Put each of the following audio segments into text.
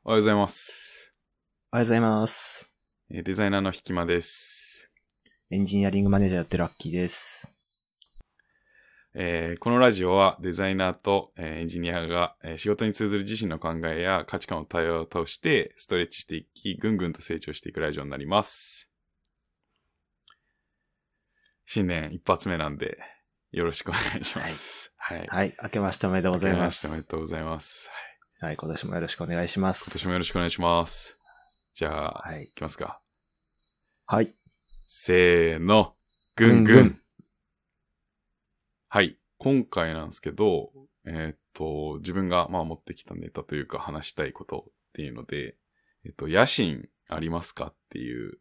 おはようございます。 おはようございます。 デザイナーのひきまです。 エンジニアリングマネージャーやってるアッキーです。 このラジオはデザイナーと、エンジニアが、仕事に通ずる自身の考えや価値観を対話を通してストレッチしていき、ぐんぐんと成長していくラジオになります。新年一発目なんでよろしくお願いします。 はい。はい。明けましておめでとうございます。 明けましておめでとうございます。 はい。今年もよろしくお願いします。 今年もよろしくお願いします。じゃあ、 はい。 いきますか。 はい。 せーの、ぐんぐん。はい。今回なんですけど、自分が持ってきたネタというか話したいことっていうので、野心ありますかっていう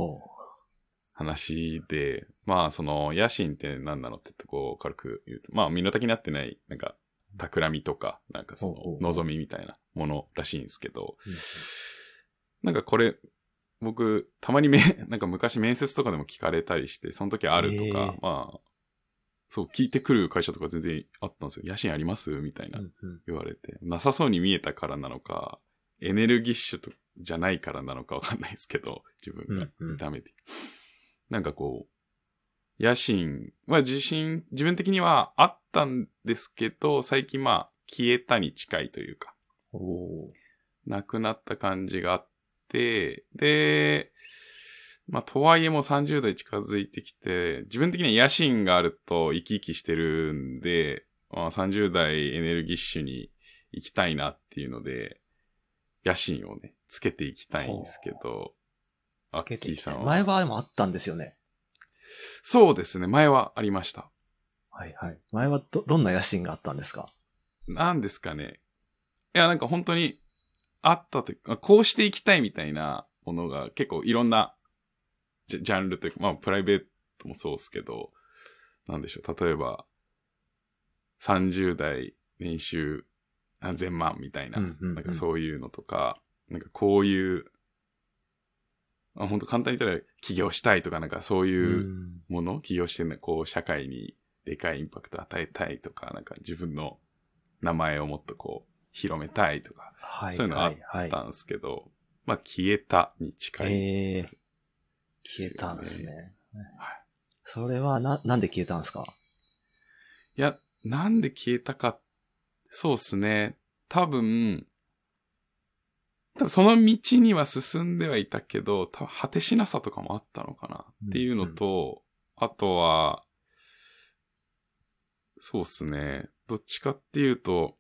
話で、その野心って何なのってとこを軽く言うと、身の丈になってない、企みとか、その望みみたいなものらしいんですけど、これ、僕、たまに昔面接とかでも聞かれたりして、その時あるとか、そう聞いてくる会社とか全然あったんですよ。野心ありますみたいな言われて、なさそうに見えたからなのか、エネルギッシュじゃないからなのかわかんないですけど、自分が見た目で。野心は自分的にはあったんですけど、最近消えたに近いというか、なくなった感じがあって、で、とはいえもう30代近づいてきて、自分的には野心があると生き生きしてるんで、30代エネルギッシュに行きたいなっていうので、野心をね、つけていきたいんですけど、アッキーさんは。 前はでもあったんですよね。 そうですね、前はありました。 はいはい。前はどんな野心があったんですか？ なんですかね。いや、本当にあったというか、こうしていきたいみたいなものが結構いろんなジャンルというか、プライベートもそうですけど、なんでしょう、例えば、30代年収何千万みたいな、そういうのとか、こういう、本当簡単に言ったら起業したいとか、そういうもの、起業してね、社会にでかいインパクトを与えたいとか、自分の名前をもっと広めたいとか、そういうのあったんですけど、消えたに近い。 消えたんですね。はい。それはなんで消えたんですか？ いや、なんで消えたか、そうですね。多分その道には進んではいたけど、果てしなさとかもあったのかなっていうのと、あとは、そうですね。どっちかっていうと、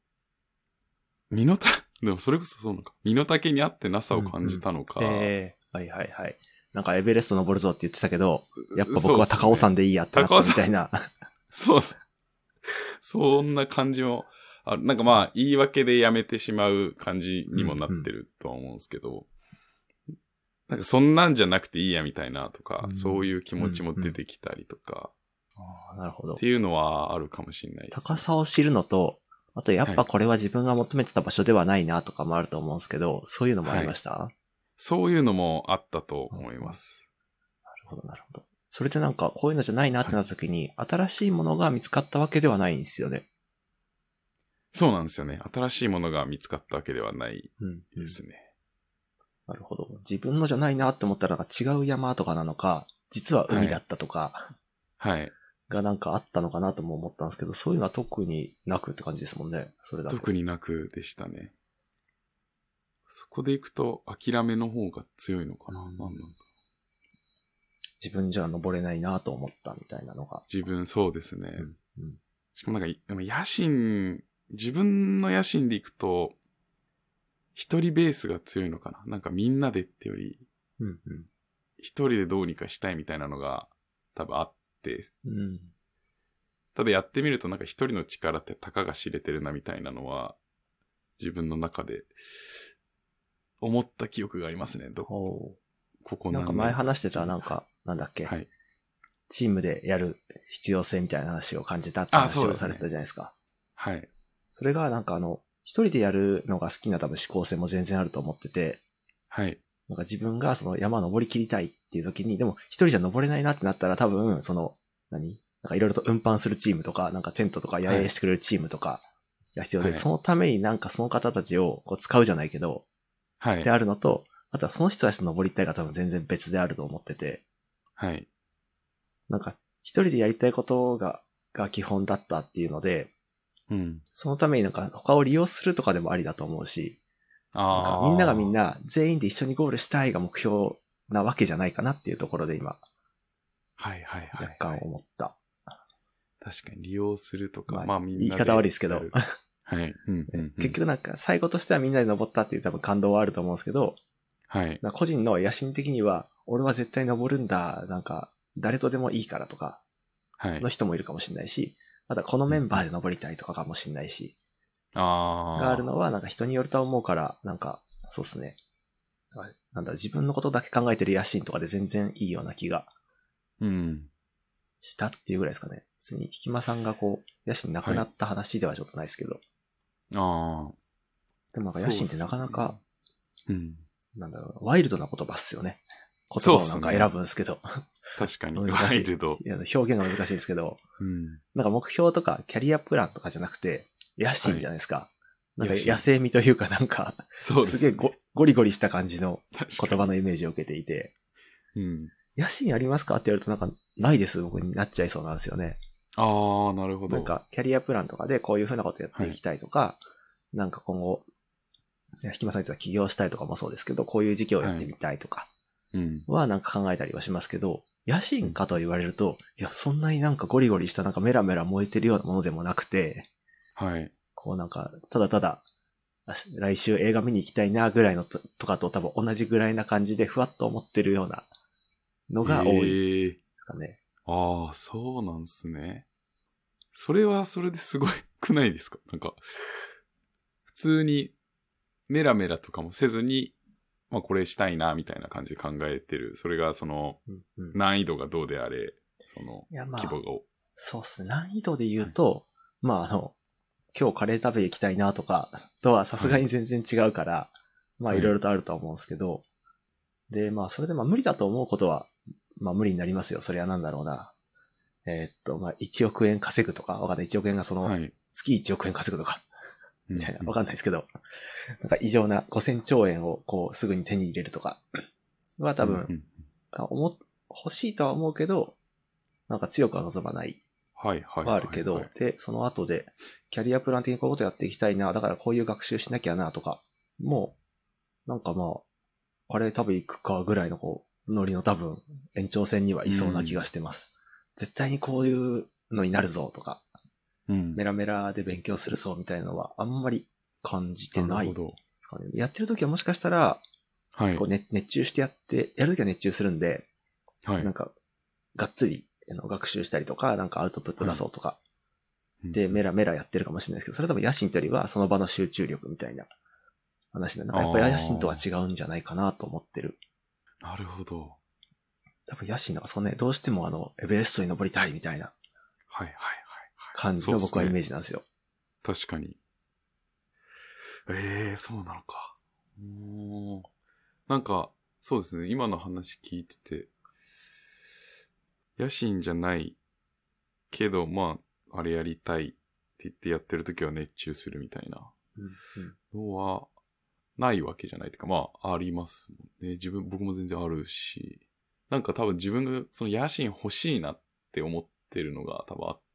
でもそれこそそうなのか。身の丈に合ってなさを感じたのか。 はいはいはい。エベレスト登るぞって言ってたけど、やっぱ僕は高尾山でいいやってなったみたいな。 そうそう。そんな感じもある。言い訳でやめてしまう感じにもなってるとは思うんですけど、そんなんじゃなくていいやみたいなとか、そういう気持ちも出てきたりとか、 なるほど。 っていうのはあるかもしれないです、ね。 高さを知るのと、あとやっぱこれは自分が求めてた場所ではないなとかもあると思うんですけど、そういうのもありました？ そういうのもあったと思います。 なるほど、なるほど。それでこういうのじゃないなってなった時に、新しいものが見つかったわけではないんですよね。 そうなんですよね。新しいものが見つかったわけではないですね。 なるほど。自分のじゃないなって思ったら違う山とかなのか、実は海だったとか、があったのかなとも思ったんですけど、そういうのは特になくって感じですもんね。それだけ。 特になくでしたね。そこでいくと諦めの方が強いのかな。なんだ自分じゃ登れないなと思ったみたいなのが。 そうですね。しかも野心、自分の野心でいくと、一人ベースが強いのかな。みんなでってより、一人でどうにかしたいみたいなのが多分あって、ただやってみると一人の力ってたかが知れてるなみたいなのは、自分の中で思った記憶がありますね。ここ前話してたなんだっけ、チームでやる必要性みたいな話を感じたって話をされてたじゃないですか。 はい。 それが一人でやるのが好きな多分思考性も全然あると思ってて、 はい。 自分がその山登り切りたいっていう時に、でも一人じゃ登れないなってなったら多分、いろいろと運搬するチームとか、テントとか野営してくれるチームとかが必要で、そのためにその方たちを使うじゃないけど、 であるのと、あとはその人たちと登りたいが多分全然別であると思ってて、 はい。 なんか一人でやりたいことが基本だったっていうので、 うん。 そのためになんか他を利用するとかでもありだと思うし、なんかみんながみんな、 な全員で一緒にゴールしたいが目標なわけじゃないかなっていうところで今、 はいはいはい、はい。 若干思った。 確かに利用するとか、 まあみんなで。 言い方悪いですけど。 はい。 結局なんか最後としてはみんなで登ったっていう多分感動はあると思うんですけど、 はい。 個人の野心的には、俺は絶対登るんだ、なんか誰とでもいいからとか、の人もいるかもしれないし、またこのメンバーで登りたいとかかもしれないし、があるのはなんか人によると思うから、なんかそうっすね。なんだ自分のことだけ考えてる野心とかで全然いいような気がしたっていうぐらいですかね。別に、ひきまさんがこう、野心なくなった話ではちょっとないですけど。でもなんか野心ってなかなか、なんだろう、ワイルドな言葉っすよね。言葉をなんか選ぶんですけど。 確かに。 難しい。表現が難しいですけど。なんか目標とかキャリアプランとかじゃなくて、野心じゃないですか。なんか野生味というかなんか、すげえゴリゴリした感じの言葉のイメージを受けていて。野心ありますかって言われるとなんか、ないです僕になっちゃいそうなんですよね。 なるほど。 なんか、キャリアプランとかでこういう風なことやっていきたいとか、なんか今後、ひきまさん言ってた起業したいとかもそうですけど、こういう事業をやってみたいとかはなんか考えたりはしますけど、野心かと言われると、いや、そんなになんかゴリゴリしたなんかメラメラ燃えてるようなものでもなくて、こうなんか、ただただ、来週映画見に行きたいなぐらいのとかと多分同じぐらいな感じでふわっと思ってるようなのが多いですかね。 そうなんですね。それはそれですごいくないですか？なんか、普通にメラメラとかもせずに、これしたいなみたいな感じで考えてる。それがその、難易度がどうであれ、その、規模が。 そうっすね。難易度で言うと、今日カレー食べ行きたいなとかとはさすがに全然違うから、いろいろとあるとは思うんですけど、で、それで無理だと思うことは、無理になりますよ。それはなんだろうな。1億円稼ぐとか、わかんない。1億円が月1億円稼ぐとか、みたいな、わかんないですけど、なんか異常な5000兆円をこうすぐに手に入れるとかは多分、欲しいとは思うけど、なんか強くは望まない。はあるけど、で、その後で、キャリアプラン的にこういうことやっていきたいな、だからこういう学習しなきゃなとか、もう、なんかカレー食べ行くかぐらいのノリの多分、延長線にはいそうな気がしてます。絶対にこういうのになるぞとか、メラメラで勉強するぞみたいなのはあんまり感じてない。やってるときはもしかしたら、こう熱中してやるときは熱中するんで、なんか、がっつり学習したりとか、なんかアウトプット出そうとか、で、メラメラやってるかもしれないですけど、それは多分野心というよりはその場の集中力みたいな話なんで、やっぱり野心とは違うんじゃないかなと思ってる。 なるほど。 多分野心なんかどうしてもエベレストに登りたいみたいな。感じの僕はイメージなんですよ。 確かに。そうなのか。なんか、そうですね。今の話聞いてて、野心じゃないけど、あれやりたいって言ってやってるときは熱中するみたいなのは、ないわけじゃない。てか、ありますもんね。僕も全然あるし、なんか多分自分がその野心欲しいなって思ってるのが多分あって、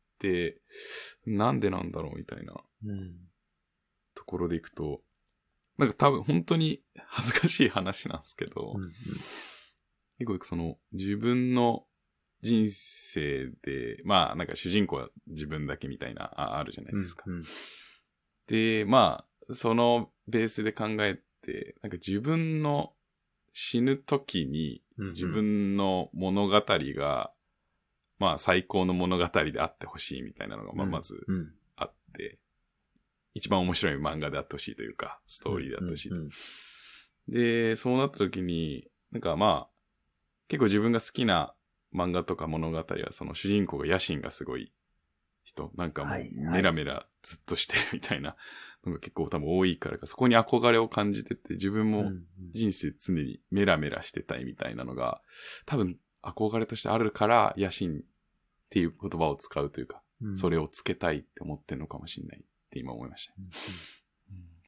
なんでなんだろうみたいなところでいくと、なんか多分本当に恥ずかしい話なんですけど、結構その自分の人生で、なんか主人公は自分だけみたいな、あるじゃないですか。で、そのベースで考えて、なんか自分の死ぬ時に自分の物語が、最高の物語であってほしいみたいなのが、まずあって、一番面白い漫画であってほしいというか、ストーリーであってほしい。で、そうなった時に、なんか結構自分が好きな漫画とか物語は、その主人公が野心がすごい人、なんかもうメラメラずっとしてるみたいなのが結構多分多いからか、そこに憧れを感じてて、自分も人生常にメラメラしてたいみたいなのが、多分憧れとしてあるから、野心っていう言葉を使うというか、それをつけたいって思ってるのかもしれないって今思いました。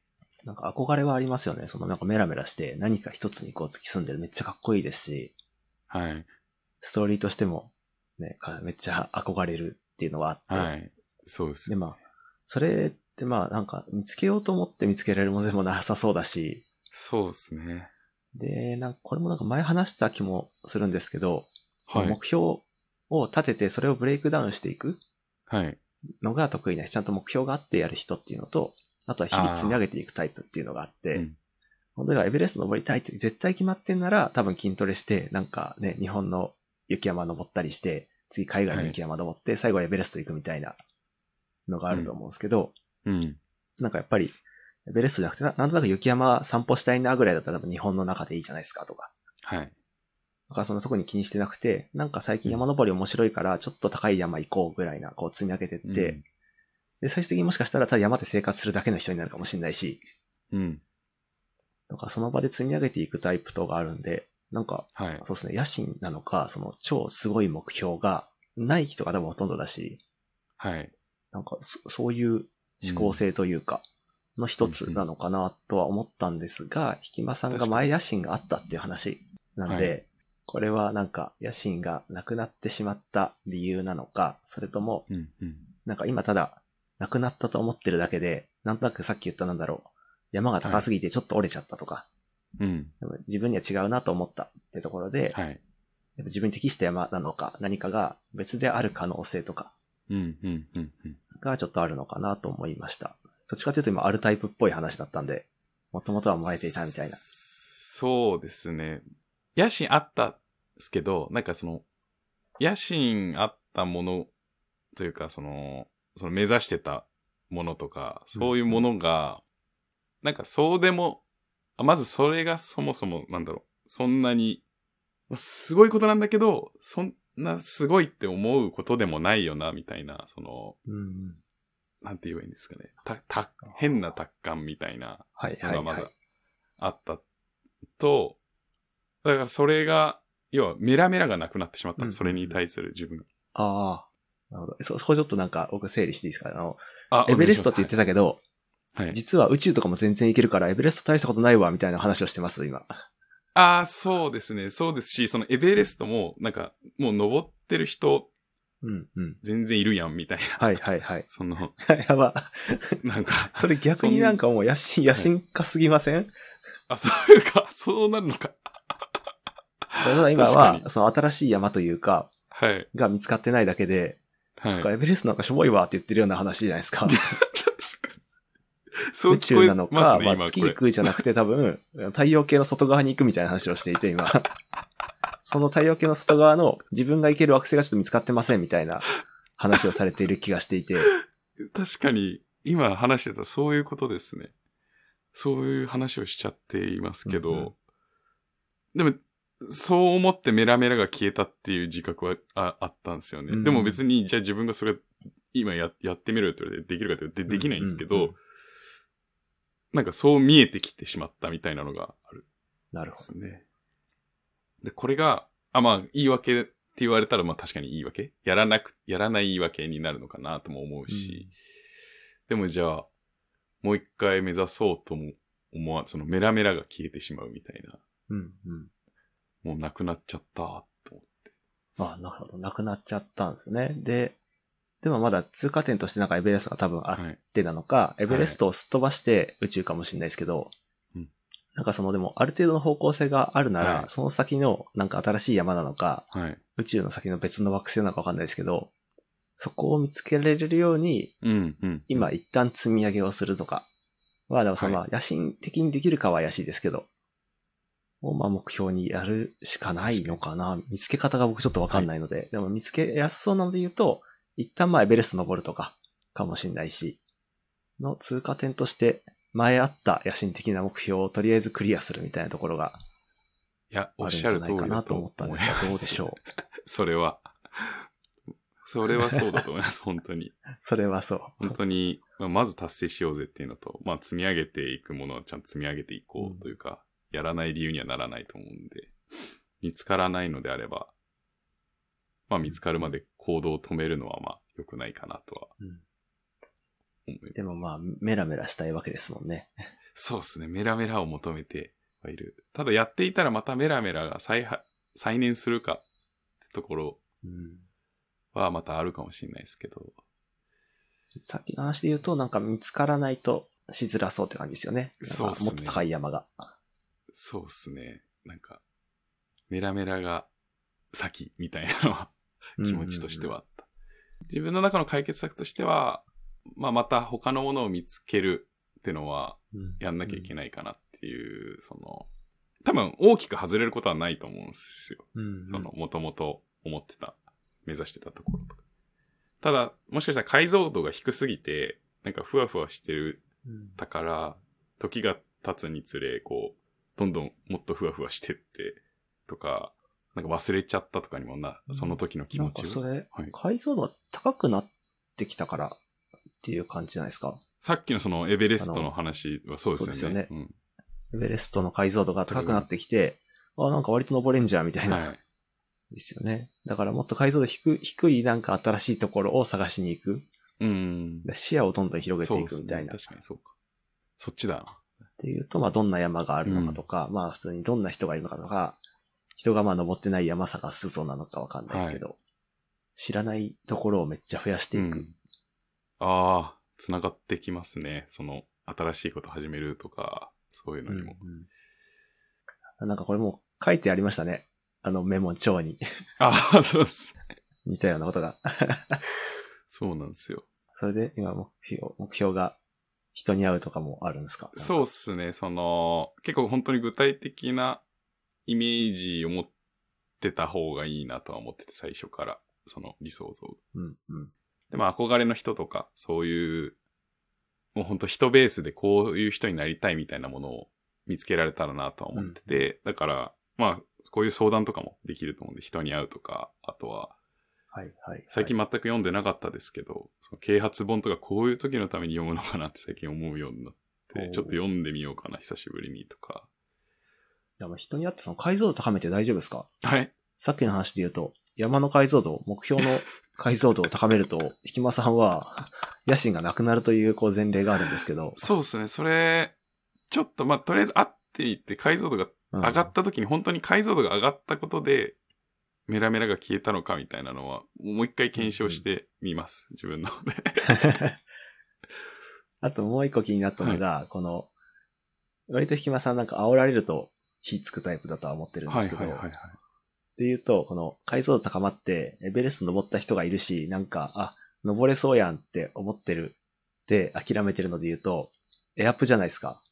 なんか憧れはありますよね。そのなんかメラメラして何か一つにこう突き進んでるめっちゃかっこいいですし、 はい。 ストーリーとしてもね、めっちゃ憧れるっていうのはあって。 はい。そうです。 で、それってなんか見つけようと思って見つけられるものでもなさそうだし、 そうですね。 で、これもなんか前話した気もするんですけど、 はい。 目標を立ててそれをブレイクダウンしていくはい。 のが得意な、ちゃんと目標があってやる人っていうのと、あとは日々積み上げていくタイプっていうのがあって、本当にエベレスト登りたいって絶対決まってんなら多分筋トレして、なんかね、日本の雪山登ったりして、次海外の雪山登って、最後はエベレスト行くみたいなのがあると思うんですけど、なんかやっぱり、エベレストじゃなくて、なんとなく雪山散歩したいなぐらいだったら多分日本の中でいいじゃないですかとか。 はい。 だからそんなとこに気にしてなくて、なんか最近山登り面白いからちょっと高い山行こうぐらいな、こう積み上げてって、で、最終的にもしかしたらただ山で生活するだけの人になるかもしれないし、なんかその場で積み上げていくタイプとがあるんで、なんか、そうですね、野心なのか、その超すごい目標がない人が多分ほとんどだし、 はい。 なんかそういう思考性というか、の一つなのかなとは思ったんですが、ひきまさんが前野心があったっていう話なんで、これはなんか野心がなくなってしまった理由なのか、それとも、なんか今ただなくなったと思ってるだけで、なんとなくさっき言った山が高すぎてちょっと折れちゃったとか、自分には違うなと思ったってところで、自分に適した山なのか何かが別である可能性とか、がちょっとあるのかなと思いました。どっちかというと今、あるタイプっぽい話だったんで、もともとは燃えていたみたいな。 そうですね。野心あったんですけど、なんかその、野心あったものというか、その目指してたものとか、そういうものが、なんかそうでも、まずそれがそもそもそんなに、すごいことなんだけど、そんなすごいって思うことでもないよな、みたいな、なんて言えばいいんですかね。変な達観みたいなのがまずあったと、だからそれが、要はメラメラがなくなってしまったの、それに対する自分が。 ああ、なるほど。そこちょっとなんか僕整理していいですか？エベレストって言ってたけど、実は宇宙とかも全然行けるからエベレスト大したことないわみたいな話をしてます、今。 ああ、そうですね。そうですし、そのエベレストも、なんか、もう登ってる人、全然いるやん、みたいな。 やば。 なんか。 それ逆になんかもう野心家すぎません？ そういうか、そうなるのか。 ただ今は、その新しい山というか、が見つかってないだけで、エベレストなんかしょぼいわって言ってるような話じゃないですか。宇宙なのか、月行くじゃなくて多分、太陽系の外側に行くみたいな話をしていて、今。その太陽系の外側の自分が行ける惑星がちょっと見つかってませんみたいな話をされている気がしていて。 確かに、今話してたそういうことですね。そういう話をしちゃっていますけど、でも、そう思ってメラメラが消えたっていう自覚は あったんですよね。でも別に、じゃあ自分がそれ、今やってみろよって言われてできるかって言ってできないんですけど、なんかそう見えてきてしまったみたいなのがある、ね。 なるほどね。 で、これが、言い訳って言われたら、確かに言い訳やらない言い訳になるのかなとも思うし、でもじゃあ、もう一回目指そうとも思わん、そのメラメラが消えてしまうみたいな。もうなくなっちゃったと思って。 なるほど。なくなっちゃったんですね。でもまだ通過点としてなんかエベレストが多分あってなのか、エベレストをすっ飛ばして宇宙かもしれないですけど、なんかでもある程度の方向性があるなら、その先のなんか新しい山なのか、宇宙の先の別の惑星なのかわかんないですけど、そこを見つけられるように、今一旦積み上げをするとかは、でも野心的にできるかは怪しいですけど、を目標にやるしかないのかな。見つけ方が僕ちょっとわかんないので、でも見つけやすそうなので言うと、一旦エベレスト登るとかかもしれないし、の通過点として前あった野心的な目標をとりあえずクリアするみたいなところがあるんじゃないかなと思ったんですが、どうでしょう。 それはそうだと思います、本当に。 それはそう。 本当に、まず達成しようぜっていうのと、積み上げていくものはちゃんと積み上げていこうというか、やらない理由にはならないと思うんで、見つからないのであれば、見つかるまで行動を止めるのは良くないかなとは思います。 でもまあ、メラメラしたいわけですもんね。 そうですね。メラメラを求めてはいる。ただやっていたらまたメラメラが再燃するかってところはまたあるかもしれないですけど。 さっきの話で言うと、なんか見つからないとしづらそうって感じですよね。 そうっすね。 もっと高い山が。 そうですね。なんか、メラメラが先みたいなのは気持ちとしてはあった。自分の中の解決策としては、まあまた他のものを見つけるっていうのはやんなきゃいけないかなっていう、多分大きく外れることはないと思うんですよ。もともと思ってた、目指してたところとか。ただ、もしかしたら解像度が低すぎて、なんかふわふわしてるだから、時が経つにつれ、こう、どんどんもっとふわふわしてって、とか、なんか忘れちゃったとかにもその時の気持ちを。 なんかそれ、はい、解像度が高くなってきたからっていう感じじゃないですか。 さっきのそのエベレストの話はそうですよね。 そうですよね。エベレストの解像度が高くなってきて、なんか割と登れんじゃんみたいな。はい。ですよね。だからもっと解像度低いなんか新しいところを探しに行く。視野をどんどん広げていくみたいな。 そうですね。確かにそうか。そっちだな。 っていうと、まあどんな山があるのかとか、まあ普通にどんな人がいるのかとか、人がまあ登ってない山探すぞなのかわかんないですけど、知らないところをめっちゃ増やしていく。 ああ、繋がってきますね。新しいこと始めるとか、そういうのにも。 なんかこれも書いてありましたね。メモ帳に。 ああ、そうですね。 似たようなことが。 そうなんですよ。 それで今目標が人に会うとかもあるんですか？ そうっすね。結構本当に具体的なイメージを持ってた方がいいなとは思ってて、最初から。理想像。でも憧れの人とか、そういう、もう本当人ベースでこういう人になりたいみたいなものを見つけられたらなとは思ってて、だから、まあ、こういう相談とかもできると思うんで、人に会うとか、あとは、最近全く読んでなかったですけど、啓発本とかこういう時のために読むのかなって最近思うようになって、ちょっと読んでみようかな、久しぶりにとか。 でも人に会って解像度高めて大丈夫ですか？ はい。 さっきの話で言うと、山の解像度、目標の解像度を高めると、ひきまさんは野心がなくなるという前例があるんですけど。 そうですね。それ、ちょっと、まあ、とりあえず会っていって解像度が上がった時に、本当に解像度が上がったことで、メラメラが消えたのかみたいなのは、もう一回検証してみます。自分ので。 あともう一個気になったのが、割とひきまさんなんか煽られると火つくタイプだとは思ってるんですけど、で言うと、解像度高まって、エベレスト登った人がいるし、なんか、登れそうやんって思ってるって諦めてるので言うと、エアプじゃないですか。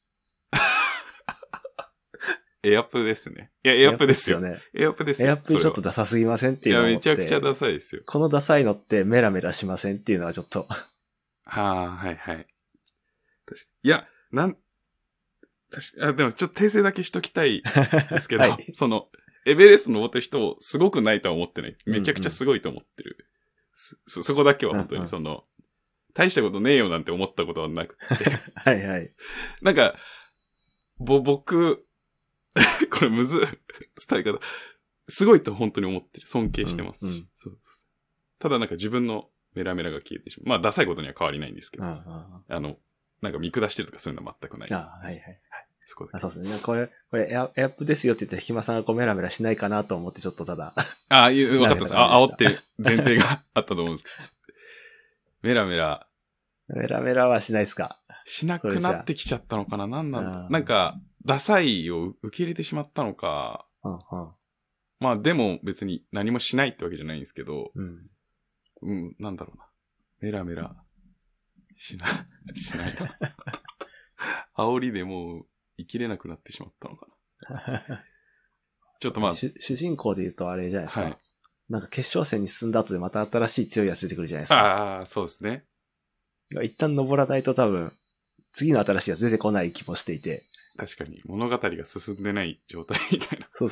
エアプですね。いや、エアプですよね。エアプですよ。 エアプちょっとダサすぎませんっていうのを。 いや、めちゃくちゃダサいですよ。 このダサいのってメラメラしませんっていうのはちょっと。 はい。いや、でもちょっと訂正だけしときたいですけど、エベレスト登ってる人すごくないとは思ってない。めちゃくちゃすごいと思ってる。そこだけは本当に大したことねえよなんて思ったことはなくて。 はい。 なんか、僕、これ伝え方。すごいと本当に思ってる。尊敬してますし。ただなんか自分のメラメラが消えてしまう。まあ、ダサいことには変わりないんですけど。なんか見下してるとかそういうのは全くない。 はい。 そこだけ。 そうですね。これエアプですよって言って、ひきまさんがメラメラしないかなと思ってちょっとただ。 わかったです。煽ってる前提があったと思うんですけど。メラメラはしないですか？ しなくなってきちゃったのかな？なんか、ダサいを受け入れてしまったのか。まあでも別に何もしないってわけじゃないんですけど、なんだろうな。メラメラしないな。煽りでもう生きれなくなってしまったのかな。ちょっとまあ。 主人公で言うとあれじゃないですか。なんか決勝戦に進んだ後でまた新しい強いやつ出てくるじゃないですか。 そうですね。 一旦登らないと多分、次の新しいやつ出てこない気もしていて。 確かに物語が進んでない状態みたいな。 そう。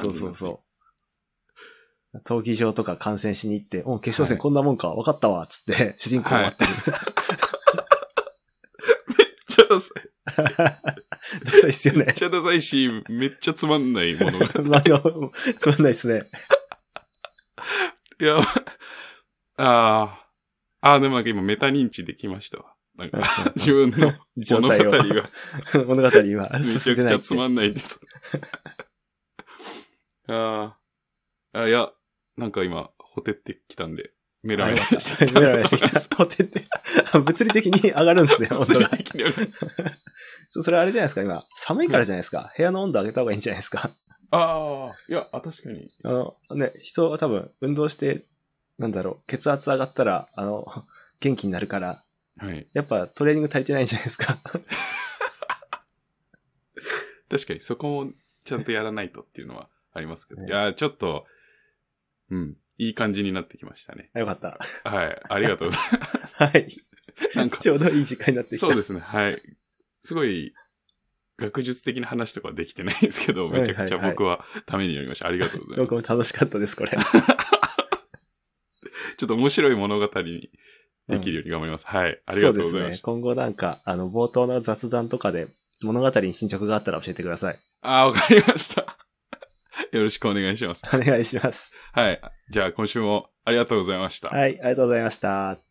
闘技場とか観戦しに行って、決勝戦こんなもんか、分かったわ、つって、主人公終わってる。 めっちゃダサい。 ダサいっすよね。 めっちゃダサいし、めっちゃつまんないものが。 つまんないっすね。 いや、でもなんか今メタ認知できましたわ。 なんか、自分の物語が物語はめちゃくちゃつまんないです。いや、なんか今、ほてってきたんで、メラメラしてきた。 メラメラしてきた。ほてって。物理的に上がるんですね、 物理的に上がる。 それあれじゃないですか、今。寒いからじゃないですか。部屋の温度上げた方がいいんじゃないですか。 いや、確かに。 人は多分、運動して、血圧上がったら、元気になるから、 はい。 やっぱトレーニング足りてないんじゃないですか。 確かに、そこもちゃんとやらないとっていうのはありますけど。いや、ちょっと、いい感じになってきましたね。 よかった。 はい。ありがとうございます。 はい。なんかちょうどいい時間になってきた。 そうですね。はい。すごい、学術的な話とかはできてないんですけど、めちゃくちゃ僕はためになりました。ありがとうございます。 僕も楽しかったです、これ。 ちょっと面白い物語にできるように頑張ります。はい。ありがとうございます。そうですね。 今後冒頭の雑談とかで物語に進捗があったら教えてください。 わかりました。よろしくお願いします。 お願いします。 はい。じゃあ今週もありがとうございました。 はい、ありがとうございました。